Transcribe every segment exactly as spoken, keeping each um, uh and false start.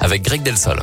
avec Greg Delsol.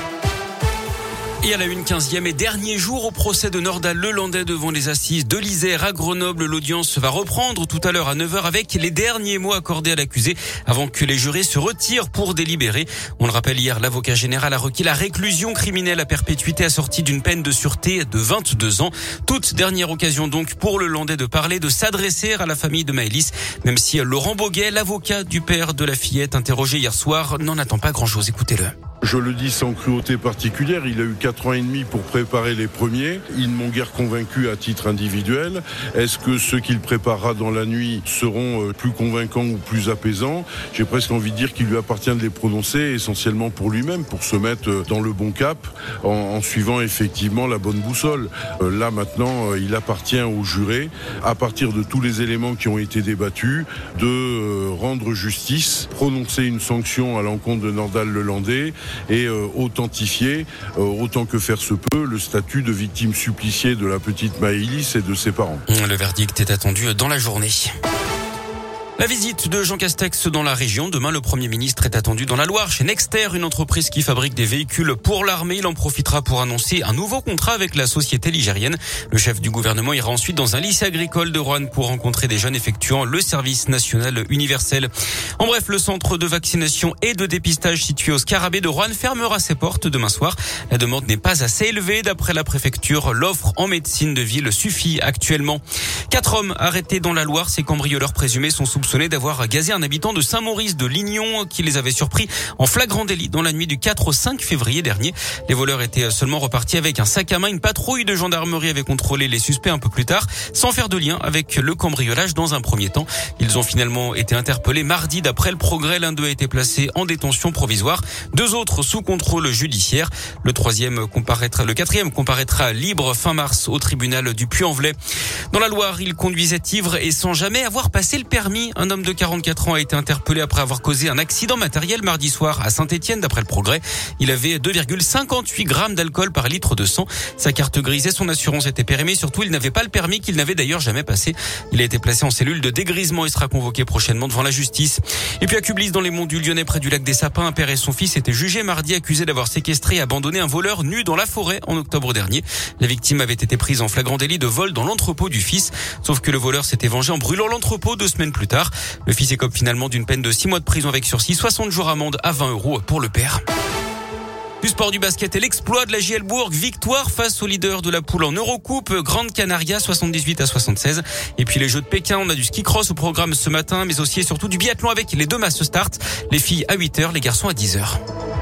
Et à la une, quinzième et dernier jour au procès de Nordal Lelandais devant les assises de l'Isère à Grenoble. L'audience va reprendre tout à l'heure à neuf heures avec les derniers mots accordés à l'accusé avant que les jurés se retirent pour délibérer. On le rappelle, hier, l'avocat général a requis la réclusion criminelle à perpétuité assortie d'une peine de sûreté de vingt-deux ans. Toute dernière occasion donc pour le Landais de parler, de s'adresser à la famille de Maëlys, même si Laurent Boguet, l'avocat du père de la fillette interrogé hier soir, n'en attend pas grand-chose. Écoutez-le. Je le dis sans cruauté particulière, il a eu quatre ans et demi pour préparer les premiers. Ils ne m'ont guère convaincu à titre individuel. Est-ce que ceux qu'il préparera dans la nuit seront plus convaincants ou plus apaisants ? J'ai presque envie de dire qu'il lui appartient de les prononcer essentiellement pour lui-même, pour se mettre dans le bon cap, en, en suivant effectivement la bonne boussole. Là maintenant, il appartient aux jurés, à partir de tous les éléments qui ont été débattus, de rendre justice, prononcer une sanction à l'encontre de Nordal Lelandais, et euh, authentifier, euh, autant que faire se peut, le statut de victime suppliciée de la petite Maëlys et de ses parents. Le verdict est attendu dans la journée. La visite de Jean Castex dans la région. Demain, le Premier ministre est attendu dans la Loire chez Nexter, une entreprise qui fabrique des véhicules pour l'armée. Il en profitera pour annoncer un nouveau contrat avec la société ligérienne. Le chef du gouvernement ira ensuite dans un lycée agricole de Roanne pour rencontrer des jeunes effectuant le service national universel. En bref, le centre de vaccination et de dépistage situé au Scarabée de Roanne fermera ses portes demain soir. La demande n'est pas assez élevée. D'après la préfecture, l'offre en médecine de ville suffit actuellement. Quatre hommes arrêtés dans la Loire. Ces cambrioleurs présumés sont soupçonnés d'avoir gazé un habitant de Saint-Maurice de Lignon qui les avait surpris en flagrant délit dans la nuit du quatre au cinq février dernier. Les voleurs étaient seulement repartis avec un sac à main. Une patrouille de gendarmerie avait contrôlé les suspects un peu plus tard sans faire de lien avec le cambriolage dans un premier temps. Ils ont finalement été interpellés mardi. D'après le Progrès, l'un d'eux a été placé en détention provisoire. Deux autres sous contrôle judiciaire. Le troisième comparaîtra, le quatrième comparaîtra libre fin mars au tribunal du Puy-en-Velay. Dans la Loire, il conduisait ivre et sans jamais avoir passé le permis. Un homme de quarante-quatre ans a été interpellé après avoir causé un accident matériel mardi soir à Saint-Étienne, d'après le Progrès. Il avait deux virgule cinquante-huit grammes d'alcool par litre de sang. Sa carte grise et son assurance étaient périmées. Surtout, il n'avait pas le permis qu'il n'avait d'ailleurs jamais passé. Il a été placé en cellule de dégrisement et sera convoqué prochainement devant la justice. Et puis à Cublis, dans les monts du Lyonnais, près du lac des Sapins, un père et son fils étaient jugés mardi, accusés d'avoir séquestré et abandonné un voleur nu dans la forêt en octobre dernier. La victime avait été prise en flagrant délit de vol dans l'entrepôt du fils. Sauf que le voleur s'était vengé en brûlant l'entrepôt deux semaines plus tard. Le fils écope finalement d'une peine de six mois de prison avec sursis, soixante jours amende à vingt euros pour le père. Du sport, du basket et l'exploit de la J L Bourg. Victoire face au leader de la poule en Eurocoupe, Grande Canaria, soixante-dix-huit à soixante-seize. Et puis les Jeux de Pékin, on a du ski cross au programme ce matin, mais aussi et surtout du biathlon avec les deux masses start. Les filles à huit heures, les garçons à dix heures.